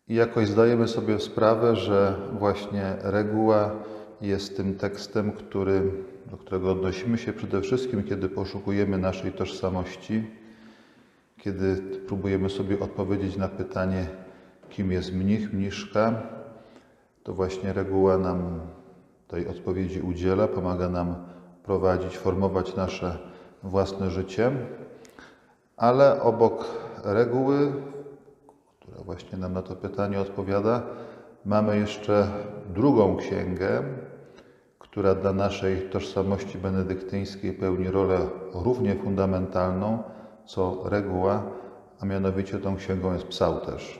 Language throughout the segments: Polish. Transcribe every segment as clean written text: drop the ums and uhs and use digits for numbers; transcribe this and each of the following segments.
I jakoś zdajemy sobie sprawę, że właśnie reguła jest tym tekstem, do którego odnosimy się przede wszystkim, kiedy poszukujemy naszej tożsamości, kiedy próbujemy sobie odpowiedzieć na pytanie, kim jest mnich, mniszka, to właśnie reguła nam tej odpowiedzi udziela, pomaga nam prowadzić, formować nasze własne życie, ale obok reguły, która właśnie nam na to pytanie odpowiada, mamy jeszcze drugą księgę, która dla naszej tożsamości benedyktyńskiej pełni rolę równie fundamentalną, co reguła, a mianowicie tą księgą jest Psałterz.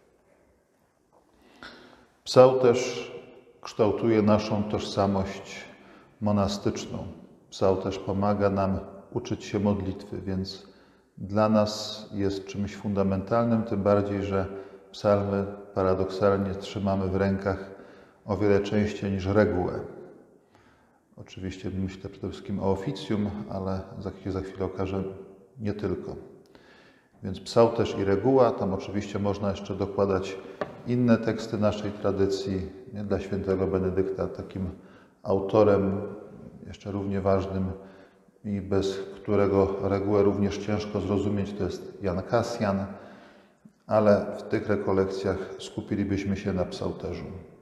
Psałterz kształtuje naszą tożsamość monastyczną. Psałterz pomaga nam uczyć się modlitwy, więc dla nas jest czymś fundamentalnym, tym bardziej, że psalmy paradoksalnie trzymamy w rękach o wiele częściej niż regułę. Oczywiście myślę przede wszystkim o oficjum, ale za chwilę okaże nie tylko. Więc Psałterz i reguła, tam oczywiście można jeszcze dokładać inne teksty naszej tradycji. Dla świętego Benedykta takim autorem jeszcze równie ważnym i bez którego regułę również ciężko zrozumieć, to jest Jan Kasjan, ale w tych rekolekcjach skupilibyśmy się na Psałterzu.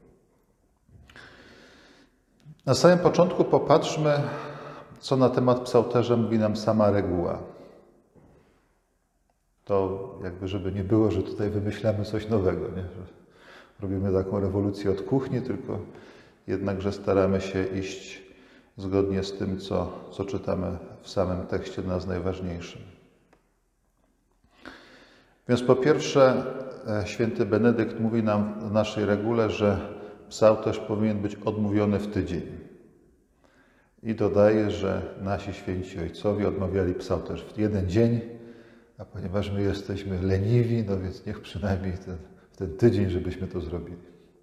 Na samym początku popatrzmy, co na temat Psałterza mówi nam sama reguła. To jakby, żeby nie było, że tutaj wymyślamy coś nowego, nie? Że robimy taką rewolucję od kuchni, tylko jednakże staramy się iść zgodnie z tym, co czytamy w samym tekście dla nas najważniejszym. Więc po pierwsze, święty Benedykt mówi nam w naszej regule, że Psałterz powinien być odmówiony w tydzień. I dodaje, że nasi święci ojcowie odmawiali Psałterz w jeden dzień, a ponieważ my jesteśmy leniwi, no więc niech przynajmniej w ten tydzień, żebyśmy to zrobili.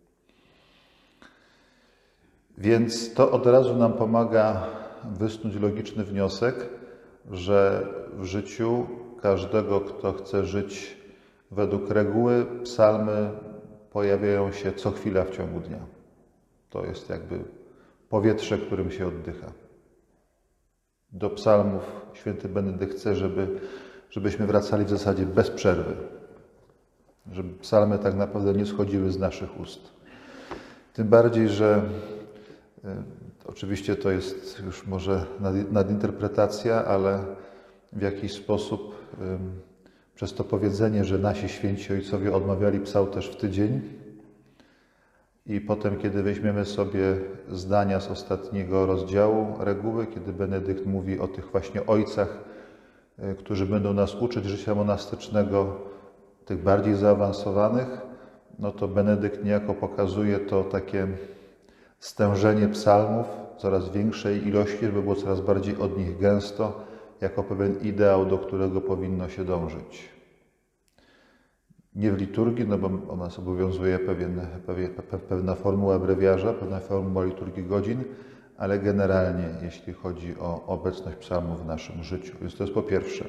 Więc to od razu nam pomaga wysnuć logiczny wniosek, że w życiu każdego, kto chce żyć według reguły, psalmy pojawiają się co chwila w ciągu dnia. To jest jakby powietrze, którym się oddycha. Do psalmów święty Benedykt chce, żebyśmy wracali w zasadzie bez przerwy. Żeby psalmy tak naprawdę nie schodziły z naszych ust. Tym bardziej, że oczywiście to jest już może nadinterpretacja, ale w jakiś sposób przez to powiedzenie, że nasi święci ojcowie odmawiali Psałterz w tydzień i potem, kiedy weźmiemy sobie zdania z ostatniego rozdziału reguły, kiedy Benedykt mówi o tych właśnie ojcach, którzy będą nas uczyć życia monastycznego, tych bardziej zaawansowanych, no to Benedykt niejako pokazuje to takie stężenie psalmów, coraz większej ilości, żeby było coraz bardziej od nich gęsto, jako pewien ideał, do którego powinno się dążyć. Nie w liturgii, no bo ona obowiązuje pewna formuła brewiarza, pewna formuła liturgii godzin, ale generalnie, jeśli chodzi o obecność psalmów w naszym życiu. Więc to jest po pierwsze.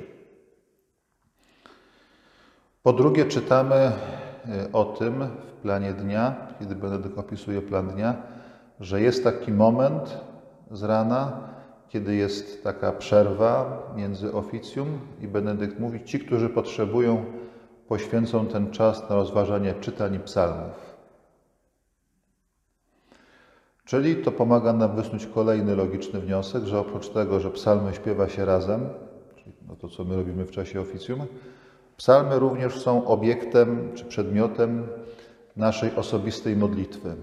Po drugie, czytamy o tym w planie dnia, kiedy Benedykt opisuje plan dnia, że jest taki moment z rana, kiedy jest taka przerwa między oficjum i Benedykt mówi, ci, którzy potrzebują, poświęcą ten czas na rozważanie czytań i psalmów. Czyli to pomaga nam wysnuć kolejny logiczny wniosek, że oprócz tego, że psalmy śpiewa się razem, czyli to, co my robimy w czasie oficjum, psalmy również są obiektem czy przedmiotem naszej osobistej modlitwy.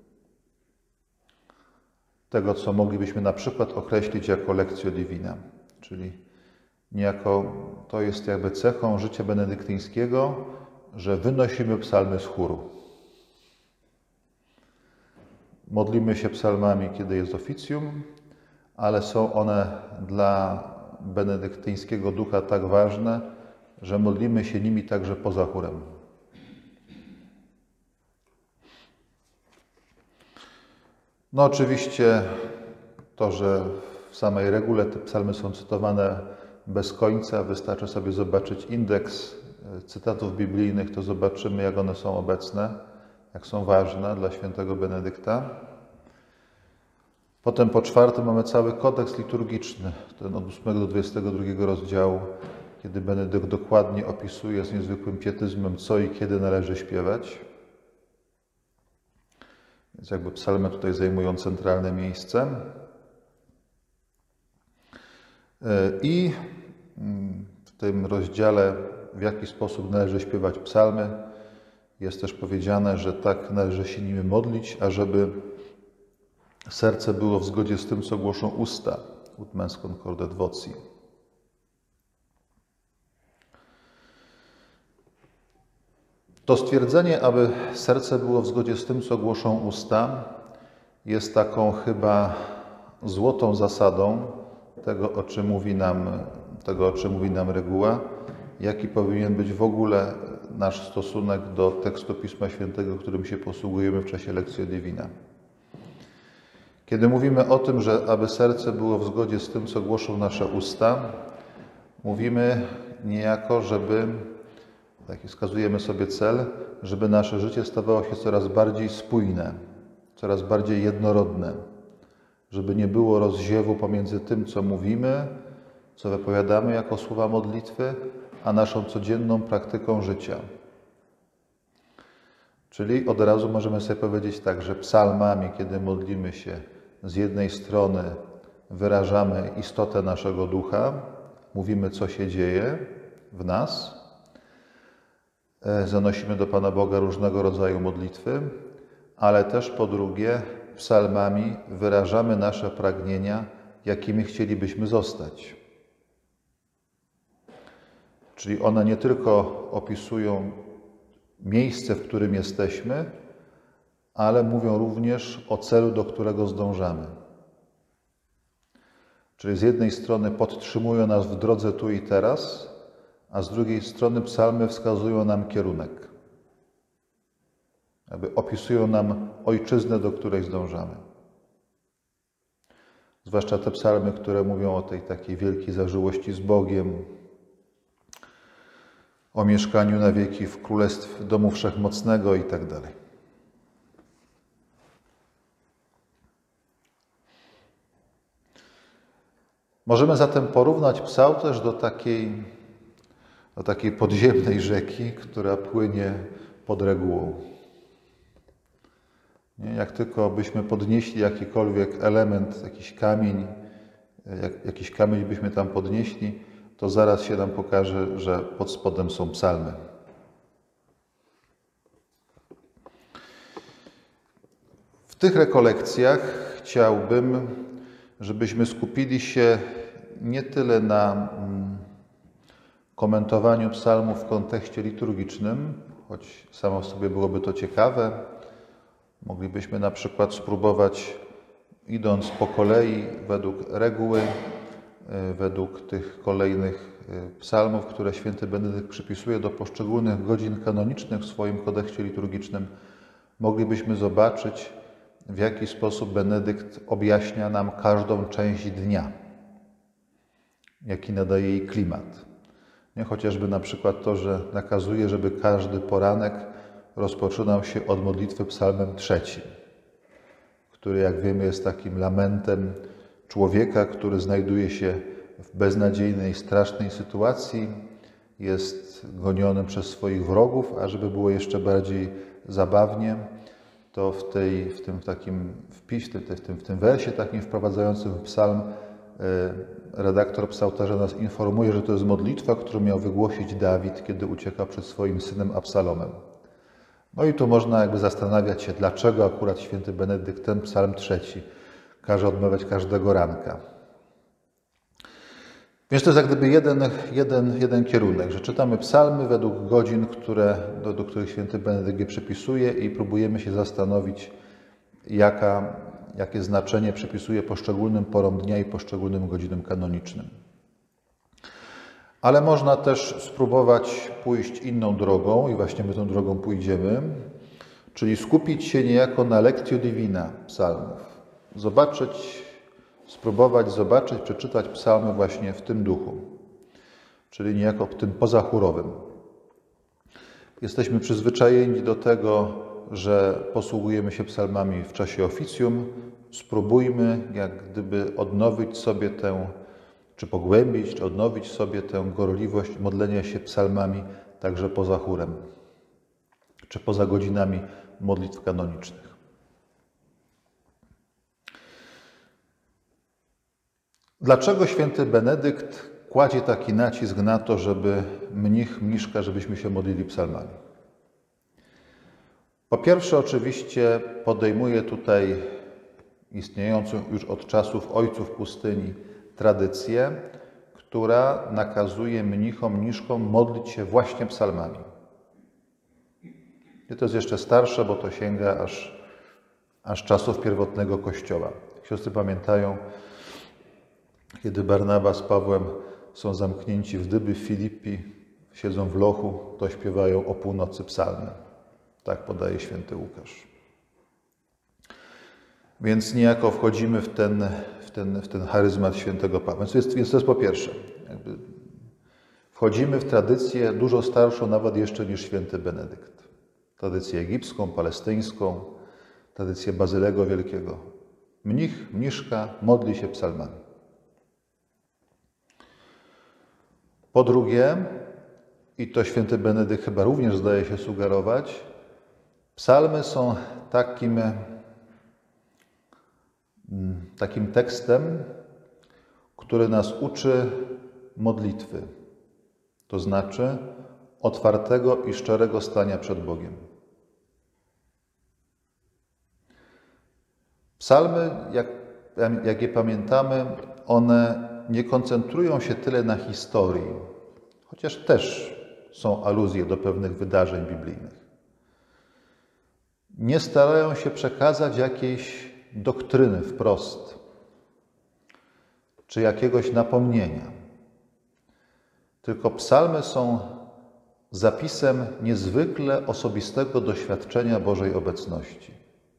Tego, co moglibyśmy na przykład określić jako lectio divina, czyli niejako to jest jakby cechą życia benedyktyńskiego, że wynosimy psalmy z chóru. Modlimy się psalmami, kiedy jest oficjum, ale są one dla benedyktyńskiego ducha tak ważne, że modlimy się nimi także poza chórem. No oczywiście to, że w samej regule te psalmy są cytowane bez końca, wystarczy sobie zobaczyć indeks cytatów biblijnych, to zobaczymy, jak one są obecne, jak są ważne dla świętego Benedykta. Potem po czwarte mamy cały kodeks liturgiczny, ten od 8 do 22 rozdziału, kiedy Benedykt dokładnie opisuje z niezwykłym pietyzmem, co i kiedy należy śpiewać. Więc jakby psalmy tutaj zajmują centralne miejsce. I w tym rozdziale, w jaki sposób należy śpiewać psalmy, jest też powiedziane, że tak należy się nimi modlić, ażeby serce było w zgodzie z tym, co głoszą usta, ut mens concordet voci. To stwierdzenie, aby serce było w zgodzie z tym, co głoszą usta, jest taką chyba złotą zasadą tego, o czym mówi nam reguła, jaki powinien być w ogóle nasz stosunek do tekstu Pisma Świętego, którym się posługujemy w czasie Lectio Divina. Kiedy mówimy o tym, że aby serce było w zgodzie z tym, co głoszą nasze usta, mówimy niejako, żeby, taki wskazujemy sobie cel, żeby nasze życie stawało się coraz bardziej spójne, coraz bardziej jednorodne, żeby nie było rozziewu pomiędzy tym, co mówimy, co wypowiadamy jako słowa modlitwy, a naszą codzienną praktyką życia. Czyli od razu możemy sobie powiedzieć tak, że psalmami, kiedy modlimy się, z jednej strony wyrażamy istotę naszego ducha, mówimy, co się dzieje w nas, zanosimy do Pana Boga różnego rodzaju modlitwy, ale też po drugie psalmami wyrażamy nasze pragnienia, jakimi chcielibyśmy zostać. Czyli one nie tylko opisują miejsce, w którym jesteśmy, ale mówią również o celu, do którego zdążamy. Czyli z jednej strony podtrzymują nas w drodze tu i teraz, a z drugiej strony psalmy wskazują nam kierunek. Jakby opisują nam ojczyznę, do której zdążamy. Zwłaszcza te psalmy, które mówią o tej takiej wielkiej zażyłości z Bogiem, o mieszkaniu na wieki w Królestwie Domu Wszechmocnego i tak dalej. Możemy zatem porównać psalm też do takiej podziemnej rzeki, która płynie pod regułą. Nie? Jak tylko byśmy podnieśli jakikolwiek element, jakiś kamień byśmy tam podnieśli, to zaraz się nam pokaże, że pod spodem są psalmy. W tych rekolekcjach chciałbym, żebyśmy skupili się nie tyle na komentowaniu psalmów w kontekście liturgicznym, choć samo w sobie byłoby to ciekawe. Moglibyśmy na przykład spróbować, idąc po kolei według reguły, według tych kolejnych psalmów, które święty Benedykt przypisuje do poszczególnych godzin kanonicznych w swoim kodeksie liturgicznym, moglibyśmy zobaczyć, w jaki sposób Benedykt objaśnia nam każdą część dnia, jaki nadaje jej klimat. Nie? Chociażby na przykład to, że nakazuje, żeby każdy poranek rozpoczynał się od modlitwy psalmem 3, który, jak wiemy, jest takim lamentem człowieka, który znajduje się w beznadziejnej, strasznej sytuacji, jest goniony przez swoich wrogów, a żeby było jeszcze bardziej zabawnie, to w tym wersie takim wprowadzającym w psalm redaktor psaltarza nas informuje, że to jest modlitwa, którą miał wygłosić Dawid, kiedy uciekał przed swoim synem Absalomem. No i tu można jakby zastanawiać się, dlaczego akurat święty Benedykt ten psalm 3 każe odmawiać każdego ranka. Więc to jest jak gdyby jeden kierunek, że czytamy psalmy według godzin, do których święty Benedykt je przypisuje i próbujemy się zastanowić, jakie znaczenie przypisuje poszczególnym porom dnia i poszczególnym godzinom kanonicznym. Ale można też spróbować pójść inną drogą i właśnie my tą drogą pójdziemy, czyli skupić się niejako na Lectio Divina psalmów. Spróbować zobaczyć, przeczytać psalmy właśnie w tym duchu, czyli niejako w tym pozachórowym. Jesteśmy przyzwyczajeni do tego, że posługujemy się psalmami w czasie oficjum. Spróbujmy jak gdyby odnowić sobie tę, czy pogłębić, czy odnowić sobie tę gorliwość modlenia się psalmami także poza chórem, czy poza godzinami modlitw kanonicznych. Dlaczego święty Benedykt kładzie taki nacisk na to, żeby mnich, mniszka, żebyśmy się modlili psalmami? Po pierwsze, oczywiście podejmuje tutaj istniejącą już od czasów ojców pustyni tradycję, która nakazuje mnichom, mniszkom modlić się właśnie psalmami. I to jest jeszcze starsze, bo to sięga aż czasów pierwotnego Kościoła. Siostry pamiętają, kiedy Barnaba z Pawłem są zamknięci w Dyby w Filippi, siedzą w lochu, to śpiewają o północy psalmy. Tak podaje święty Łukasz. Więc niejako wchodzimy w ten charyzmat świętego Pawła. Więc to jest po pierwsze. Wchodzimy w tradycję dużo starszą nawet jeszcze niż święty Benedykt. Tradycję egipską, palestyńską, tradycję Bazylego Wielkiego. Mnich, mniszka modli się psalmami. Po drugie, i to święty Benedykt chyba również zdaje się sugerować, psalmy są takim tekstem, który nas uczy modlitwy, to znaczy otwartego i szczerego stania przed Bogiem. Psalmy, jak je pamiętamy, one nie koncentrują się tyle na historii, chociaż też są aluzje do pewnych wydarzeń biblijnych. Nie starają się przekazać jakiejś doktryny wprost, czy jakiegoś napomnienia. Tylko psalmy są zapisem niezwykle osobistego doświadczenia Bożej obecności.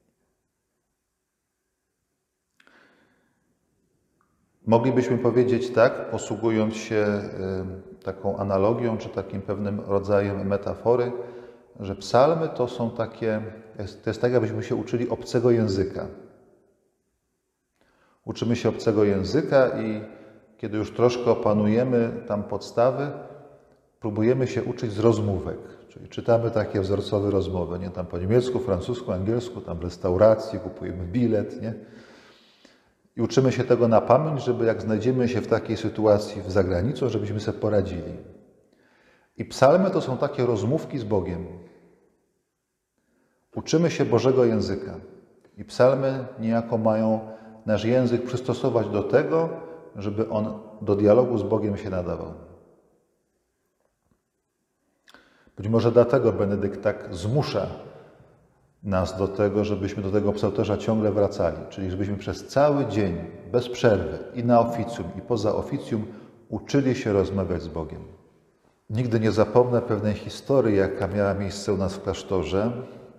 Moglibyśmy powiedzieć tak, posługując się taką analogią, czy takim pewnym rodzajem metafory, że psalmy to są takie, to jest tak, jakbyśmy się uczyli obcego języka. Uczymy się obcego języka i kiedy już troszkę opanujemy tam podstawy, próbujemy się uczyć z rozmówek. Czyli czytamy takie wzorcowe rozmowy, nie? Tam po niemiecku, francusku, angielsku, tam w restauracji, kupujemy bilet, nie? I uczymy się tego na pamięć, żeby jak znajdziemy się w takiej sytuacji w zagranicą, żebyśmy sobie poradzili. I psalmy to są takie rozmówki z Bogiem. Uczymy się Bożego języka. I psalmy niejako mają nasz język przystosować do tego, żeby on do dialogu z Bogiem się nadawał. Być może dlatego Benedykt tak zmusza nas do tego, żebyśmy do tego psalterza ciągle wracali, czyli żebyśmy przez cały dzień, bez przerwy, i na oficjum, i poza oficjum, uczyli się rozmawiać z Bogiem. Nigdy nie zapomnę pewnej historii, jaka miała miejsce u nas w klasztorze,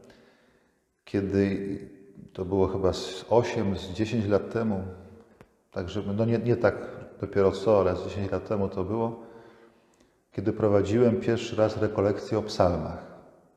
kiedy to było chyba z 10 lat temu, także no nie tak dopiero co, ale z 10 lat temu to było, kiedy prowadziłem pierwszy raz rekolekcję o psalmach.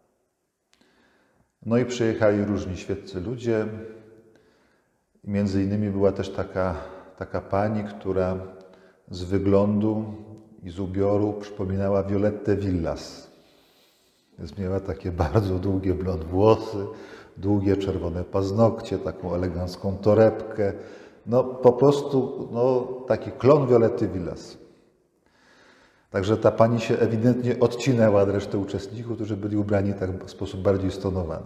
No i przyjechali różni świeccy ludzie. Między innymi była też taka pani, która z wyglądu i z ubioru przypominała Violettę Villas. Więc miała takie bardzo długie blond włosy, długie czerwone paznokcie, taką elegancką torebkę. No po prostu taki klon Violetty Villas. Także ta pani się ewidentnie odcinęła od reszty uczestników, którzy byli ubrani tak w sposób bardziej stonowany.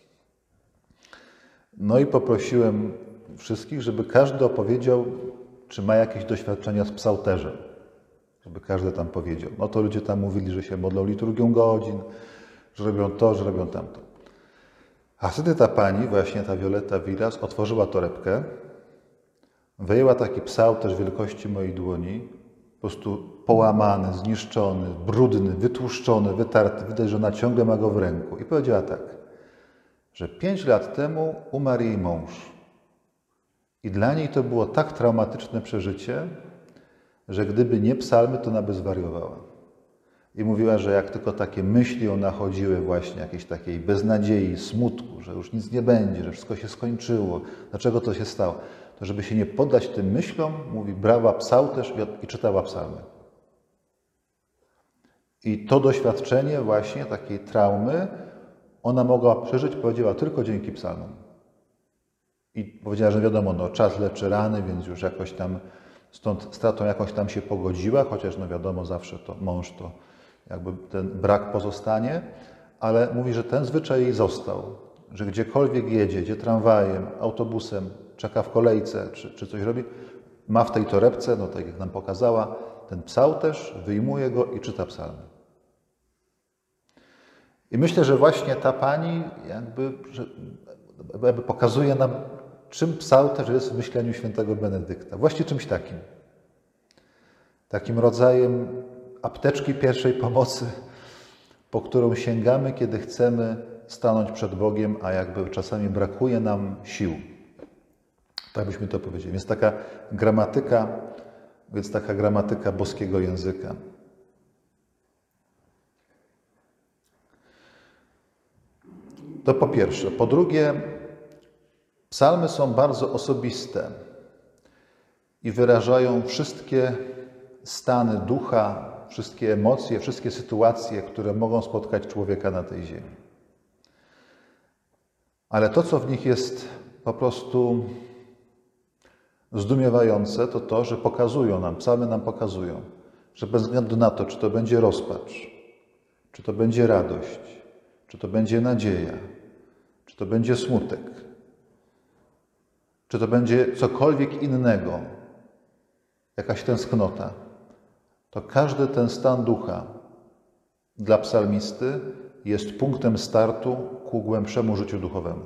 No i poprosiłem wszystkich, żeby każdy opowiedział, czy ma jakieś doświadczenia z psalterzem. Żeby każdy tam powiedział. No to ludzie tam mówili, że się modlą liturgią godzin, że robią to, że robią tamto. A wtedy ta pani, właśnie ta Violetta Villas, otworzyła torebkę, wyjęła taki psalterz wielkości mojej dłoni, po prostu połamany, zniszczony, brudny, wytłuszczony, wytarty. Widać, że ona ciągle ma go w ręku. I powiedziała tak, że 5 lat temu umarł jej mąż. I dla niej to było tak traumatyczne przeżycie, że gdyby nie psalmy, to ona by zwariowała. I mówiła, że jak tylko takie myśli ją nachodziły właśnie, jakiejś takiej beznadziei, smutku, że już nic nie będzie, że wszystko się skończyło, dlaczego to się stało, to żeby się nie poddać tym myślom, mówi, brała psałterz i czytała psalmy. I to doświadczenie właśnie takiej traumy ona mogła przeżyć, powiedziała, tylko dzięki psalmom. I powiedziała, że wiadomo, no, czas leczy rany, więc już jakoś tam z tą stratą jakoś tam się pogodziła, chociaż no wiadomo, zawsze to mąż to jakby ten brak pozostanie, ale mówi, że ten zwyczaj jej został, że gdziekolwiek jedzie, jedzie tramwajem, autobusem, czeka w kolejce, czy coś robi, ma w tej torebce, no tak jak nam pokazała, ten psałterz, wyjmuje go i czyta psalmy. I myślę, że właśnie ta pani jakby pokazuje nam, czym psałterz jest w myśleniu świętego Benedykta. Właśnie czymś takim. Takim rodzajem apteczki pierwszej pomocy, po którą sięgamy, kiedy chcemy stanąć przed Bogiem, a jakby czasami brakuje nam sił. Tak byśmy to powiedzieli. Więc taka gramatyka boskiego języka. To po pierwsze. Po drugie, psalmy są bardzo osobiste i wyrażają wszystkie stany ducha, wszystkie emocje, wszystkie sytuacje, które mogą spotkać człowieka na tej ziemi. Ale to, co w nich jest po prostu zdumiewające, to to, że pokazują nam, psalmy nam pokazują, że bez względu na to, czy to będzie rozpacz, czy to będzie radość, czy to będzie nadzieja, czy to będzie smutek, czy to będzie cokolwiek innego, jakaś tęsknota, to każdy ten stan ducha dla psalmisty jest punktem startu ku głębszemu życiu duchowemu.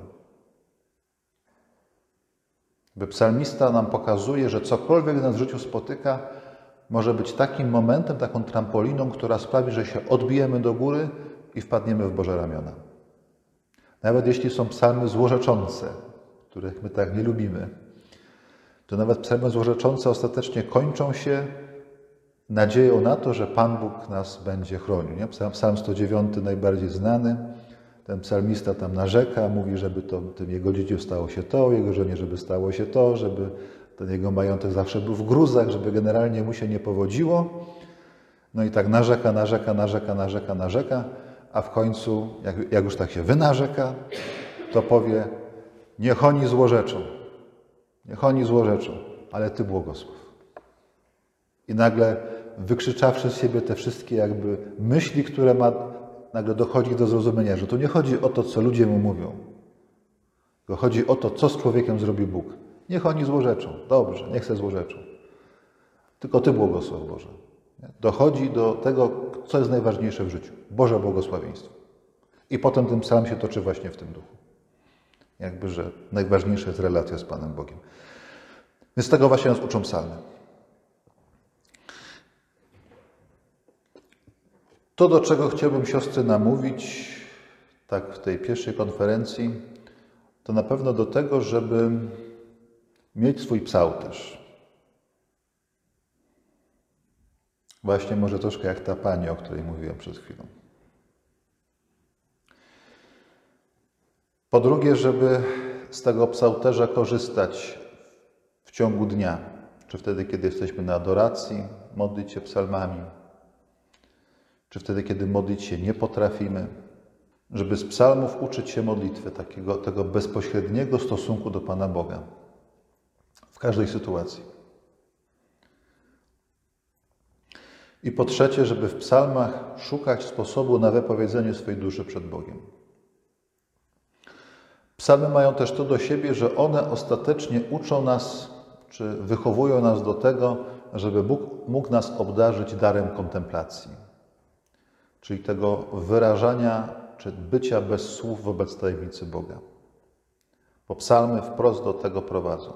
By psalmista nam pokazuje, że cokolwiek nas w życiu spotyka, może być takim momentem, taką trampoliną, która sprawi, że się odbijemy do góry i wpadniemy w Boże ramiona. Nawet jeśli są psalmy złorzeczące, których my tak nie lubimy, to nawet psalmy złorzeczące ostatecznie kończą się nadzieją na to, że Pan Bóg nas będzie chronił. Nie? Psalm 109 najbardziej znany. Ten psalmista tam narzeka, mówi, żeby tym jego dzieciom stało się to, jego żonie, żeby stało się to, żeby ten jego majątek zawsze był w gruzach, żeby generalnie mu się nie powodziło. No i tak narzeka, a w końcu, jak już tak się wynarzeka, to powie, niech oni złorzeczą, ale Ty błogosław. I nagle wykrzyczawszy z siebie te wszystkie jakby myśli, które ma, nagle dochodzi do zrozumienia, że tu nie chodzi o to, co ludzie mu mówią, tylko chodzi o to, co z człowiekiem zrobi Bóg. Niech oni złorzeczą. Dobrze, niech se złorzeczą. Tylko Ty błogosław, Boże. Dochodzi do tego, co jest najważniejsze w życiu. Boże błogosławieństwo. I potem ten psalm się toczy właśnie w tym duchu. Jakby, że najważniejsza jest relacja z Panem Bogiem. Więc tego właśnie nas uczą psalmy. To, do czego chciałbym siostry namówić, tak w tej pierwszej konferencji, to na pewno do tego, żeby mieć swój psałterz. Właśnie może troszkę jak ta pani, o której mówiłem przed chwilą. Po drugie, żeby z tego psałterza korzystać w ciągu dnia, czy wtedy, kiedy jesteśmy na adoracji, modlić się psalmami, czy wtedy, kiedy modlić się nie potrafimy, żeby z psalmów uczyć się modlitwy, tego bezpośredniego stosunku do Pana Boga w każdej sytuacji. I po trzecie, żeby w psalmach szukać sposobu na wypowiedzenie swojej duszy przed Bogiem. Psalmy mają też to do siebie, że one ostatecznie uczą nas, czy wychowują nas do tego, żeby Bóg mógł nas obdarzyć darem kontemplacji. Czyli tego wyrażania, czy bycia bez słów wobec tajemnicy Boga. Bo psalmy wprost do tego prowadzą.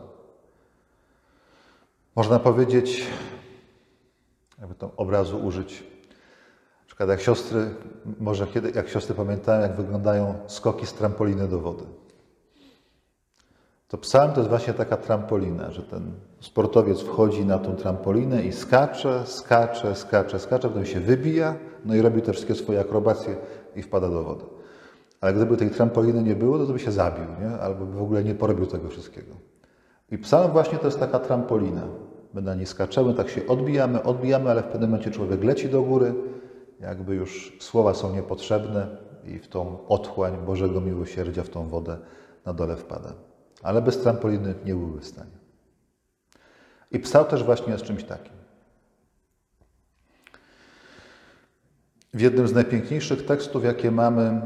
Można powiedzieć, jakby to obrazu użyć, na przykład jak siostry pamiętają, jak wyglądają skoki z trampoliny do wody. to psalm to jest właśnie taka trampolina, że ten sportowiec wchodzi na tą trampolinę i skacze, potem się wybija, no i robi te wszystkie swoje akrobacje i wpada do wody. Ale gdyby tej trampoliny nie było, to by się zabił, nie? Albo by w ogóle nie porobił tego wszystkiego. I psalm właśnie to jest taka trampolina. My na niej skaczemy, tak się odbijamy, ale w pewnym momencie człowiek leci do góry, jakby już słowa są niepotrzebne i w tą otchłań Bożego miłosierdzia, w tą wodę na dole wpada. Ale bez trampoliny nie byłby w stanie. I psalm też właśnie jest czymś takim. W jednym z najpiękniejszych tekstów, jakie mamy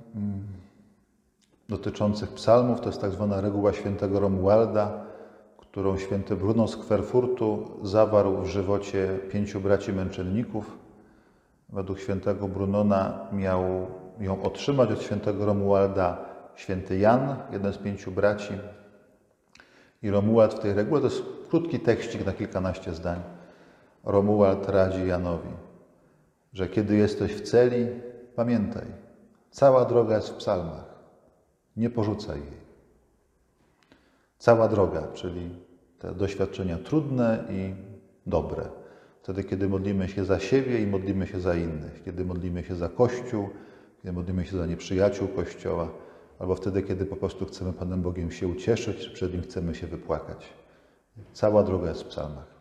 dotyczących psalmów, to jest tak zwana reguła świętego Romualda, którą święty Bruno z Querfurtu zawarł w żywocie 5 braci męczenników. Według świętego Brunona miał ją otrzymać od świętego Romualda święty Jan, jeden z 5 braci. I Romuald w tej regule, to jest krótki tekścik na kilkanaście zdań. Romuald radzi Janowi, że kiedy jesteś w celi, pamiętaj, cała droga jest w psalmach. Nie porzucaj jej. Cała droga, czyli te doświadczenia trudne i dobre. Wtedy, kiedy modlimy się za siebie i modlimy się za innych. Kiedy modlimy się za Kościół, kiedy modlimy się za nieprzyjaciół Kościoła. Albo wtedy, kiedy po prostu chcemy Panem Bogiem się ucieszyć, czy przed Nim chcemy się wypłakać. Cała droga jest w psalmach.